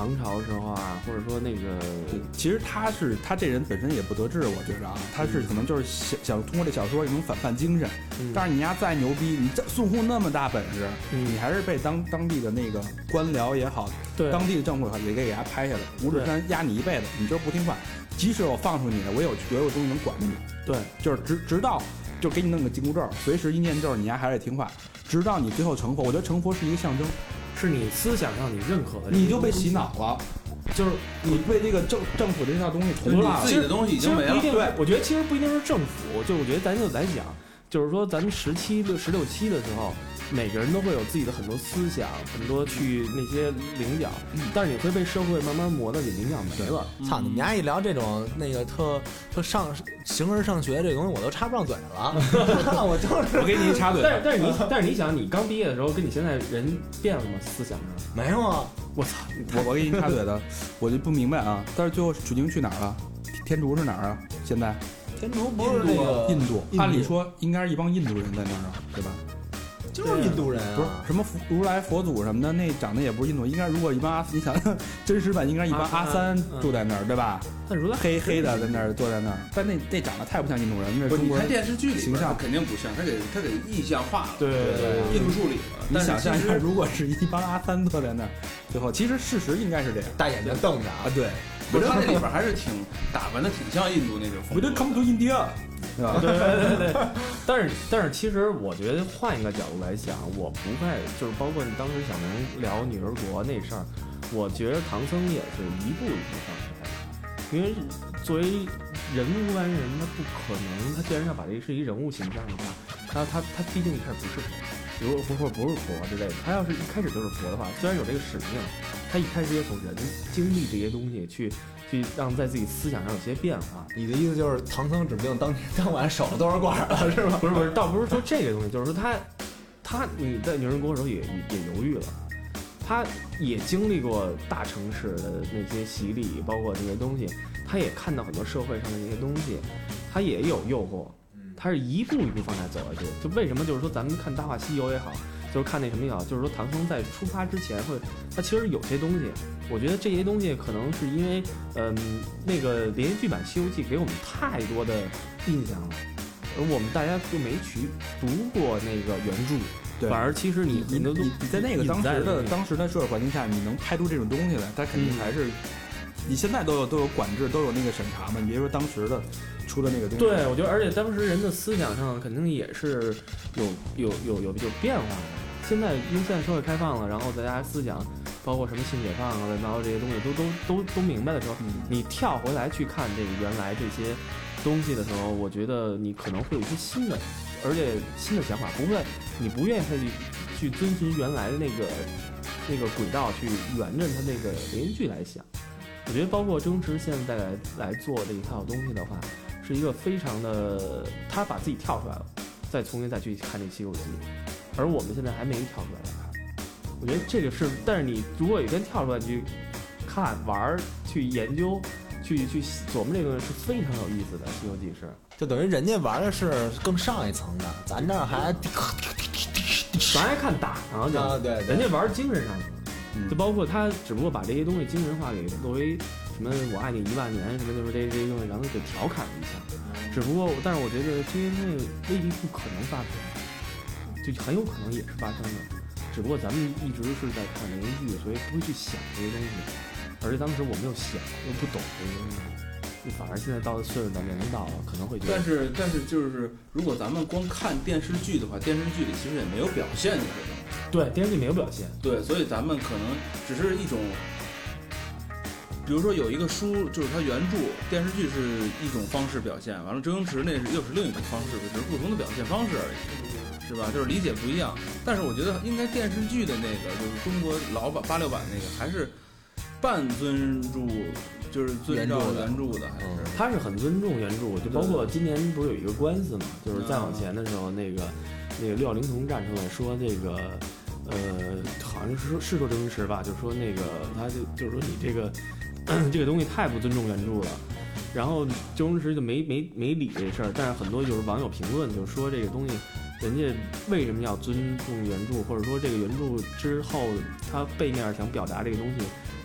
唐朝时候啊，或者说那个， 其实他是他这人本身也不得志，我觉着啊，他是可能就是想想通过这小说一种反叛精神。 嗯、 但是你丫再牛逼，你这孙悟空那么大本事， 嗯、 你还是被当当地的那个官僚也好， 对当地的政府也给给他拍下来。五指山压你一辈子，你就是不听话，即使我放出你来，我有我有东西能管着你。 对， 就是直直到就给你弄个紧箍咒，随时一念咒，你丫还得听话，直到你最后成佛。我觉得成佛是一个象征。 是你思想上你认可的， 你就被洗脑了，就是你被这个政政府这套东西同化了， 自己的东西已经没了。 对，我觉得其实不一定是政府，就我觉得咱就来讲，就是说咱们十七六十六七的时候，每个人都会有自己的很多思想，很多去那些棱角，嗯、但是你会被社会慢慢磨的，你棱角没了。 操、嗯，你们家一聊这种那个特特上形而上学这东西，我都插不上嘴了。我就是我给你一插嘴。 但是但是你但是你想，你刚毕业的时候跟你现在人变了吗？思想上没有啊。 我操！ 我我给你插嘴的，我就不明白啊。但是最后取经去哪儿了？天竺是哪儿啊？现在天竺不是那个印度，按理说应该是一帮印度人在那儿啊，对吧？ 就是印度人啊， 不是什么如来佛祖什么的，那长得也不是印度，应该如果一帮阿，你想真实版应该一帮阿三住在那儿，对吧？ 但如来黑黑的在那儿坐在那儿，但那那长得太不像印度人，那是中国人。 你看电视剧里形象肯定不像，他给他给意象化了， 对对对， 艺术处理了。 你想象一下，如果是一帮阿三坐在那儿，最后其实事实应该是这样， 大眼睛瞪着啊，对。 我觉得他那里边还是挺打扮的，挺像印度那种风格。 We don't come to India。 对吧？对对对对，但是但是其实我觉得换一个角度来想，我不会就是包括你当时小明聊女儿国那事儿，我觉得唐僧也是一步一步上来，因为作为人物完人，他不可能，他既然要把这是一人物形象的话，他他他毕竟一开始不是佛，比如或或不是佛之类的，他要是一开始就是佛的话，虽然有这个使命，他一开始也从人经历这些东西去。去让在自己思想上有些变化。 你的意思就是唐僧指不定当天当晚守了多少罐了，是吧？ 不是不是，倒不是说这个东西，就是说他他你在女人国的时候也也也犹豫了，他也经历过大城市的那些洗礼，包括这些东西，他也看到很多社会上的一些东西，他也有诱惑，他是一步一步往下走下去。就为什么就是说咱们看《大话西游》也好，就是看那什么也好，就是说唐僧在出发之前会，他其实有些东西。我觉得这些东西可能是因为，嗯，那个连续剧版《西游记》给我们太多的印象了，而我们大家就没去读过那个原著，反而其实你你你你在那个当时的当时的社会环境下，你能拍出这种东西来，它肯定还是，嗯、你现在都有都有管制，都有那个审查嘛，你别说当时的出的那个东西。 对，我觉得而且当时人的思想上肯定也是有有有有有变化的。现在因为现在社会开放了，然后大家思想。包括什么性解放啊，然后这些东西都都都都明白的时候，嗯、你跳回来去看这个原来这些东西的时候，我觉得你可能会有一些新的，而且新的想法，不会，你不愿意再去去遵循原来的那个那个轨道去沿着他那个连续剧来想。我觉得包括周星驰现在来来做这一套东西的话，是一个非常的，他把自己跳出来了，再重新再去看这《西游记》，而我们现在还没跳出来看。我觉得这个是，但是你如果有一天跳出来去看、玩、去研究、去去琢磨这个，是非常有意思的。《西游记》是， 就等于人家玩的是更上一层的，咱这儿还， 咱还看打呢，就、 啊、对, 人对， 家玩精神上的， 嗯、 就包括他只不过把这些东西精神化给作为什么“我爱你一万年”什么，就是这这些东西，然后给调侃了一下。只不过，但是我觉得这些东西未必不可能发生，就很有可能也是发生的。只不过咱们一直是在看连续剧，所以不会去想这些东西，而且当时我没有想，又不懂这些东西，你反而现在到了岁数到年龄到了，可能会觉得。 但是但是就是，如果咱们光看电视剧的话，电视剧里其实也没有表现这些东西。 对，电视剧没有表现。 对，所以咱们可能只是一种，比如说有一个书，就是它原著，电视剧是一种方式表现，完了周星驰那是又是另一种方式，只是不同的表现方式而已。是吧？就是理解不一样，但是我觉得应该电视剧的那个，就是中国老版八六版那个，还是半尊重，就是遵照原著的，还是、嗯、 他是很尊重原著。就包括今年不是有一个官司嘛，就是再往前的时候，那个那个六小龄童站出来说这个，呃，好像是说是说周星驰吧，就是说那个他就就是说你这个这个东西太不尊重原著了。然后周星驰就没没没理这事儿，但是很多就是网友评论就说这个东西。人家为什么要尊重原著，或者说这个原著之后，它背面想表达这个东西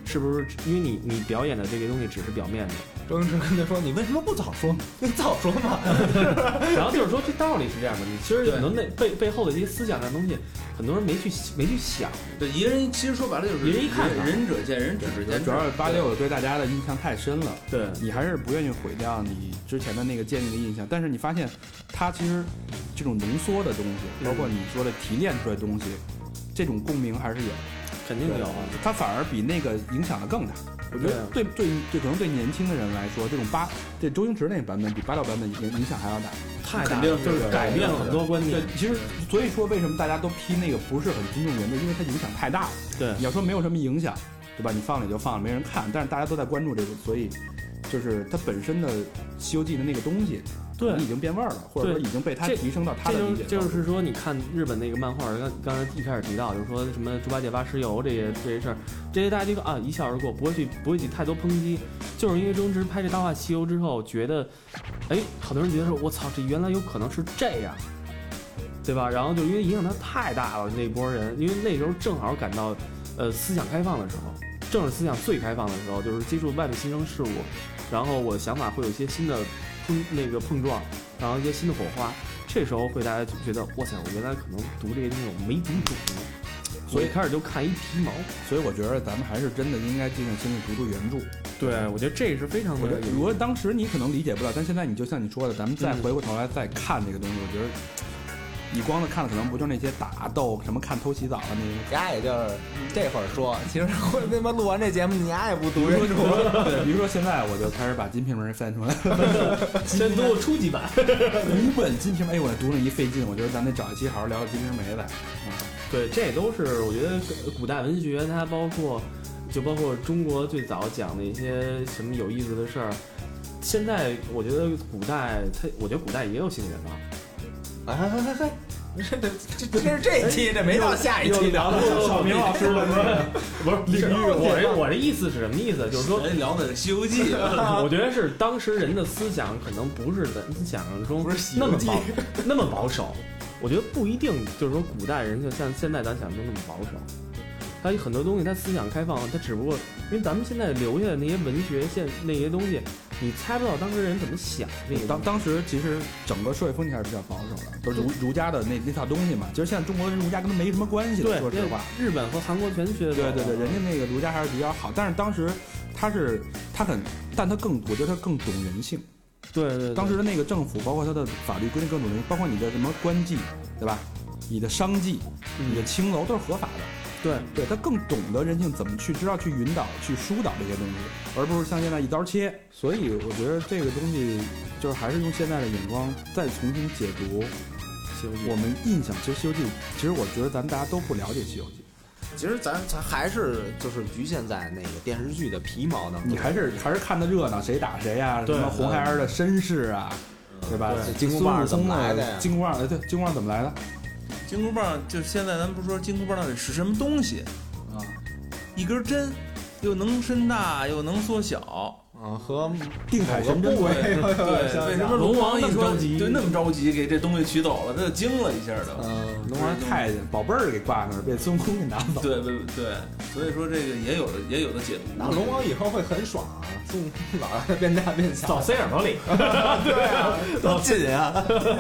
是不是因为你你表演的这个东西只是表面的？ 周星驰跟他说：“你为什么不早说？你早说嘛。” 然后就是说，这道理是这样的，你其实可能那背背后的一些思想上的东西，很多人没去没去想。 对，一个人其实说白了就是一人一看法， 仁者见仁，智者见智。 主要是八六对大家的印象太深了， 对你还是不愿意毁掉你之前的那个建立的印象。但是你发现，它其实这种浓缩的东西，包括你说的提炼出来的东西，这种共鸣还是有， 肯定有啊。 它反而比那个影响的更大。我觉得对对对，可能对年轻的人来说，这种八这周星驰那个版本比八六版本影影响还要大， 太大了， 肯定就是改变了很多观念。 对，其实所以说为什么大家都批那个不是很尊重原著，因为它影响太大了。 对， 你要说没有什么影响，对吧？你放了也就放了，没人看，但是大家都在关注这个，所以就是它本身的《西游记》的那个东西， 对， 已经变味儿了，或者说已经被它提升到它的理解。 这就是说，你看日本那个漫画，刚刚才一开始提到，就是说什么猪八戒挖石油这些这些事儿，这些大家这个啊一笑而过，不会去不会去太多抨击，就是因为周星驰拍这《大话西游》之后，觉得，哎，好多人觉得说，我操，这原来有可能是这样，对吧？然后就因为影响他太大了，那波人，因为那时候正好赶到，呃，思想开放的时候，正是思想最开放的时候，就是接触外面新生事物，然后我的想法会有一些新的碰那个碰撞，然后一些新的火花，这时候会大家就觉得，哇塞，我原来可能读这些东西我没读懂，所以开始就看一皮毛。 所以我觉得咱们还是真的应该静下心来读读原著。 对，我觉得这是非常的。 我觉得如果当时你可能理解不了，但现在你就像你说的，咱们再回过头来再看这个东西，我觉得你光的看的可能不就是那些打斗什么看偷洗澡的那个， 丫也就是这会儿说，其实会他妈录完这节目，你丫也不读原著。 对，比如说现在我就开始把《金瓶梅》翻出来， 先读我初级版， 五本《金瓶梅》，哎，我读了一费劲，我觉得咱得找一期好好聊聊《金瓶梅》的。嗯， 对，这都是我觉得古代文学，它包括就包括中国最早讲的一些什么有意思的事儿。现在我觉得古代，它我觉得古代也有性解放。 哎哎哎哎，这这这这是这期，这没到下一期聊小明老师的不是领域。我这我这意思是什么意思？就是说聊的是《西游记》， 我觉得是当时人的思想可能不是咱想象中那么保那么保守。我觉得不一定，就是说古代人就像现在咱想中那么保守。他有很多东西，他思想开放，他只不过因为咱们现在留下的那些文学现那些东西，你猜不到当时人怎么想。那个当当时其实整个社会风气还是比较保守的，都是儒儒家的那那套东西嘛。其实现在中国跟儒家跟他没什么关系的，说实话。 日本和韩国全学的。 对对对，人家那个儒家还是比较好，但是当时他是他很，但他更我觉得他更懂人性。 对 对, 对， 当时的那个政府，包括他的法律规定更懂人性，包括你的什么官妓，对吧？你的商妓，你的青楼都是合法的。对对，他更懂得人性，怎么去知道去引导、去疏导这些东西，而不是像现在一刀切。所以我觉得这个东西就是还是用现在的眼光再重新解读《西游记》。我们印象其实《西游记》，其实我觉得咱们大家都不了解《西游记》。 其实咱咱还是就是局限在那个电视剧的皮毛当中， 你还是还是看的热闹，谁打谁呀、啊？什么红孩儿的身世啊，嗯、对吧？ 对金箍棒怎么来的呀？ 金箍棒，对，金箍棒怎么来的？ 金箍棒就现在咱不说金箍棒到底是什么东西啊？一根针，又能伸大又能缩小啊，和定海神针。 对对，为什么龙王一说对那么着急给这东西取走了，他就惊了一下的。 嗯，龙王太监宝贝儿给挂那儿，被孙悟空给拿走。 对对对，所以说这个也有的也有的解读。 那龙王以后会很爽啊，孙悟空老让他变大变小， 早塞耳朵里。 对啊，多紧啊！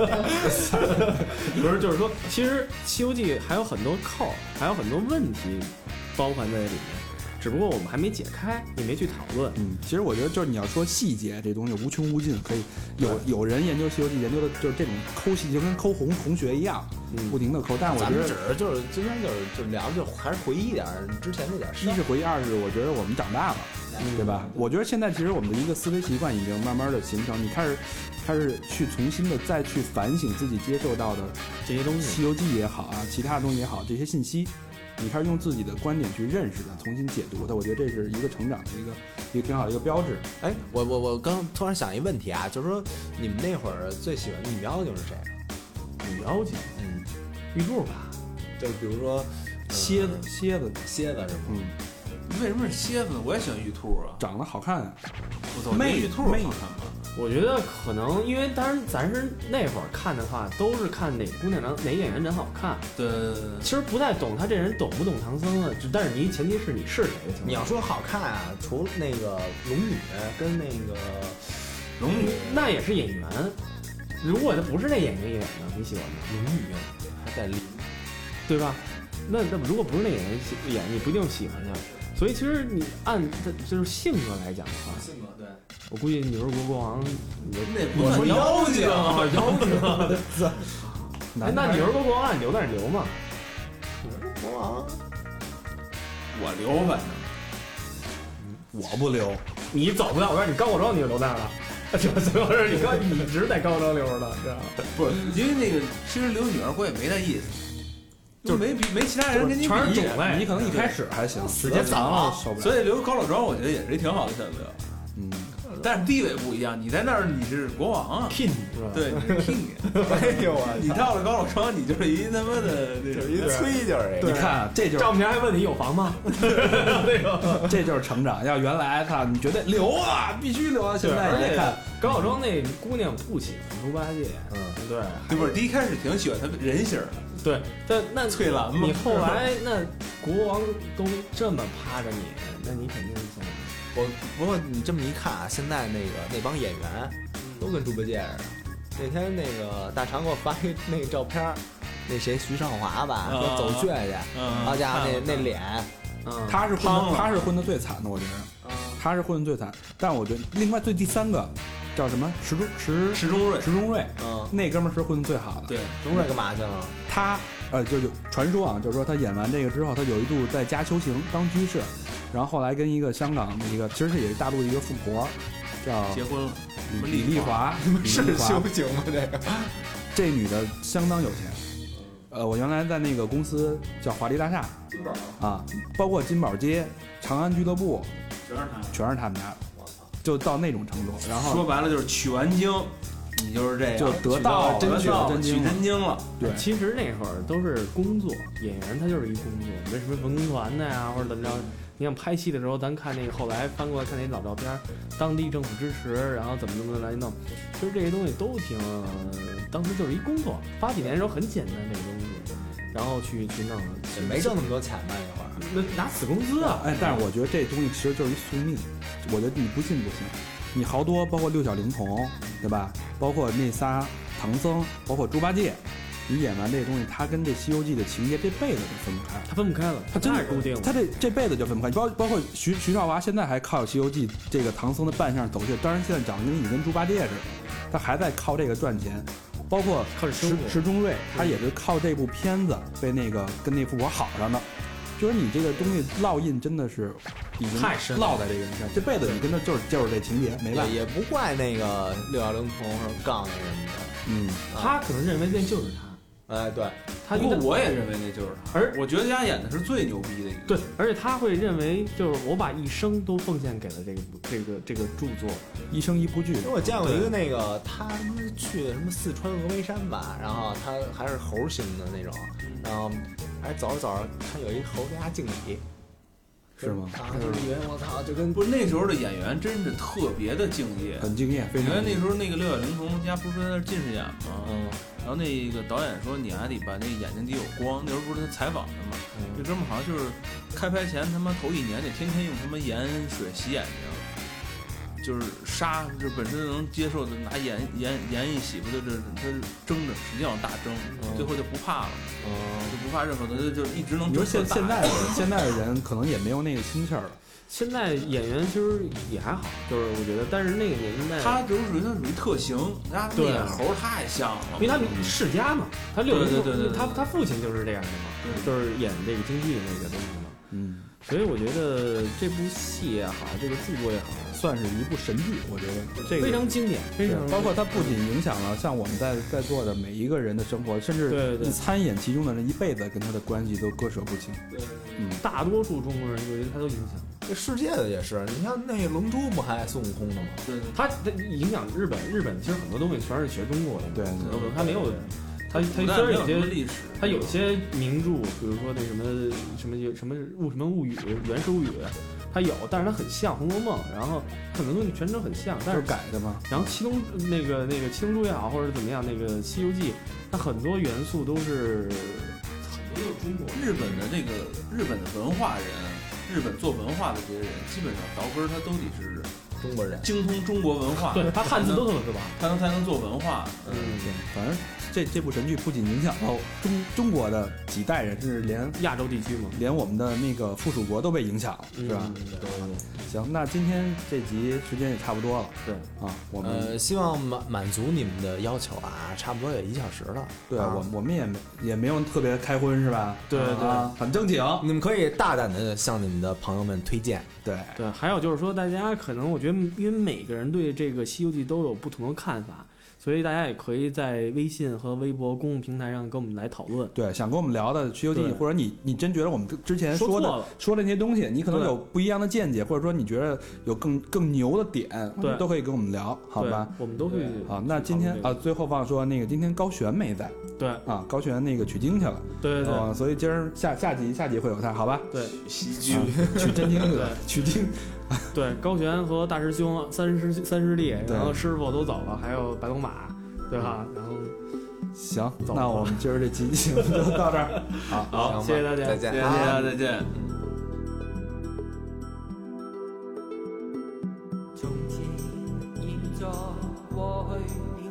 不是，就是说，其实《西游记》还有很多扣，还有很多问题包含在里面。只不过我们还没解开，也没去讨论。 嗯，其实我觉得就是你要说细节这东西无穷无尽，可以有有人研究《西游记》，研究的就是这种抠细节，就跟抠红红学一样，嗯、不停的抠。但是我觉得， 只是就是今天就是就聊，就还是回忆点之前那点事。 一是回忆，二是我觉得我们长大了，嗯、对吧？我觉得现在其实我们的一个思维习惯已经慢慢的形成，你开始开始去重新的再去反省自己接受到的这些东西，《 西游记》也好啊，其他的东西也好，这些信息。你开始用自己的观点去认识它，重新解读它，我觉得这是一个成长的一个一个挺好的一个标志。 哎，我我我刚突然想一问题啊，就是说你们那会儿最喜欢女妖精是谁？ 女妖精， 嗯， 玉兔吧， 就比如说蝎子，蝎子， 蝎子是吗？ 嗯， 为什么是蝎子？我也喜欢玉兔啊， 长得好看啊。 我操， 媚玉兔好看吗？ 我觉得可能，因为当然咱是那会儿看的话，都是看哪个姑娘长哪个演员长好看。 对对对对， 其实不太懂他这人懂不懂唐僧啊，但是你前提是你是谁的情况。 你要说好看啊，除了那个龙女跟那个龙女， 那也是演员。如果他不是那演员演员呢，你喜欢吗？ 龙女还带灵， 对吧？那那如果不是那演员演，你不一定喜欢他。所以其实你按他就是性格来讲的话， 性格对， 我估计你说国国王， 那不算妖精啊，妖精。哎，那你说国王按留那儿留嘛？ 国王， 我留反正。 我不留， 你走不了，我告诉你，高考中你就留那儿了。这怎么回事？你高你一直在高中留着呢，是吧？ 不是，因为那个其实留女儿国也没那意思，就没比没其他人跟你比， 全是种类。 你可能一开始还行， 时间长了受不了。 所以留高老庄，我觉得也是一挺好的选择。 嗯， 但是地位不一样，你在那儿你是国王啊 ，king 是吧？ 对，你是 king。 哎呦啊！ 你到了高老庄，你就是一他妈的那就是一催劲儿。 你看，这就是丈母娘还问你有房吗？那个， 这就是成长。要原来他你绝对留啊，必须留啊。现在你看高老庄那姑娘不喜欢猪八戒， 嗯， 对， 对不是？第一开始挺喜欢他人形的， 对，但那翠兰嘛。 你后来那国王都这么趴着你，那你肯定是。 我不过你这么一看啊，现在那个那帮演员都跟猪八戒似的。那天那个大长给我发一那个照片，那谁徐少华吧，说走穴去，好家伙那那脸， 他是混的，他是混的最惨的，我觉得，他是混的最惨。但我觉得另外最第三个叫什么石中石石中瑞， 石中瑞， 嗯， 那哥们儿是混的最好的。 对， 石中瑞干嘛去了？ 他呃，就就传说啊，就是说他演完这个之后，他有一度在家修行当居士，然后后来跟一个香港的一个，其实是也是大陆一个富婆，叫结婚了， 李丽华， 是修行吗？这个这女的相当有钱。呃，我原来在那个公司叫华丽大厦， 金宝啊，包括金宝街、长安俱乐部， 全是他， 全是他们家的，就到那种程度。然后说白了就是取完经，你就是这样， 就得道真取道取真经真经了。 对， 其实那会儿都是工作，演员他就是一工作，没什么文工团的呀，或者怎么着。你像拍戏的时候，咱看那个后来翻过来看那老照片，当地政府支持，然后怎么怎么来弄，其实这些东西都挺，当时就是一工作，八几年的时候很简单这个东西，然后去去弄， 没挣那么多钱吧那会儿， 那拿死工资啊！ 哎，但是我觉得这东西其实就是一宿命，我觉得你不信不行。你好多包括六小龄童，对吧？包括那仨唐僧，包括猪八戒。你演完这东西，他跟这《西游记》的情节这辈子就分不开， 他分不开了， 他真是固定了， 他这这辈子就分不开。包包括徐徐少华现在还靠《西游记》这个唐僧的扮相走穴，当然现在长得跟你跟猪八戒似的，他还在靠这个赚钱。包括石石中瑞，他也是靠这部片子被那个跟那富婆好上的。就是你这个东西烙印真的是已经太深烙在这个人上，这辈子你跟他就是就是这情节，没办法。 也不怪那个六小龄童或者杠那什么的， 嗯， 他可能认为那就是他。 哎，对， 他不过我也认为那就是他， 而我觉得他演的是最牛逼的一个。 对，而且他会认为就是我把一生都奉献给了这个这个这个著作， 一生一部剧。 因为我见过一个那个他去的什么四川峨眉山吧，然后他还是猴形的那种，然后还走着走着，他有一猴给他敬礼。 是吗？ 啊，就是以为我操，就跟不是那时候的演员真是特别的敬业， 很敬业，非常。 你看那时候那个六小龄童家不是在那近视眼吗？ 嗯， 然后那个导演说你还得把那个眼睛得有光。那时候不是他采访的吗？这哥们好像就是开拍前他妈头一年得天天用他妈盐水洗眼睛，就是沙，就本身能接受的，拿盐盐盐一洗，不就这他蒸着，实际上大蒸，最后就不怕了，就不怕任何的，就就一直能。 你说现现在的现在的人可能也没有那个心气儿了。 现在演员其实也还好，就是我觉得，但是那个年代他就是属于他属于特型，他那演猴太像了， 因为他世家嘛，他六对对对对， 他他父亲就是这样的嘛，就是演这个京剧的那个东西嘛， 嗯， 所以我觉得这部戏也好，这个著作也好， 算是一部神剧，我觉得这个非常经典，非常包括它不仅影响了像我们在在座的每一个人的生活，甚至你参演其中的人一辈子跟他的关系都割舍不清。 对， 嗯， 大多数中国人我觉得他都影响。 这世界的也是，你像那个龙珠不还孙悟空的吗？ 对对，他他影响日本，日本其实很多东西全是学中国的， 对， 他没有。他他虽然有些历史，他有些名著，比如说那什么什么什么物什么物语、源氏物语，他它有，但是它很像《红楼梦》，然后很多东西全程很像，但是改的吗？ 然后七龙那个那个七龙珠也好，或者怎么样，那个《西游记》，它很多元素都是很多都是中国日本的这个日本的文化人，日本做文化的这些人，基本上倒根儿他都得是中国人， 精通中国文化， 对，他汉字都特别吧， 他能才能做文化。 嗯，对，反正这这部神剧不仅影响到中中国的几代人，甚至连亚洲地区嘛， 连我们的那个附属国都被影响了，是吧？ 嗯、对对对。 行，那今天这集时间也差不多了。 对啊，我们、 呃、希望满满足你们的要求啊，差不多也一小时了。 对， 啊、 我我们也没也没有特别开荤是吧？ 对对、 啊，很正经。 你们可以大胆的向你们的朋友们推荐。 对对，还有就是说，大家可能我觉得，因为每个人对这个《西游记》都有不同的看法。所以大家也可以在微信和微博公共平台上跟我们来讨论。 对，想跟我们聊的《西游记》，或者你你真觉得我们之前说的说的那些东西，你可能有不一样的见解，或者说你觉得有更更牛的点， 对， 都可以跟我们聊，好吧？ 我们都会。 好，那今天啊，最后忘了说，那个今天高璇没在。 对啊，高璇那个取经去了。 对对对。 呃、所以今儿下下集下集会有他，好吧？ 对， 喜剧、 啊、取真经去了，取经。 对，高璇和大师兄、三师三师弟，然后师傅都走了，还有白龙马。对吧？然后行，那我们今儿这集节目就到这儿。好， 好，谢谢大家， 再见， 谢谢大家，再见。 从前、现在、过去。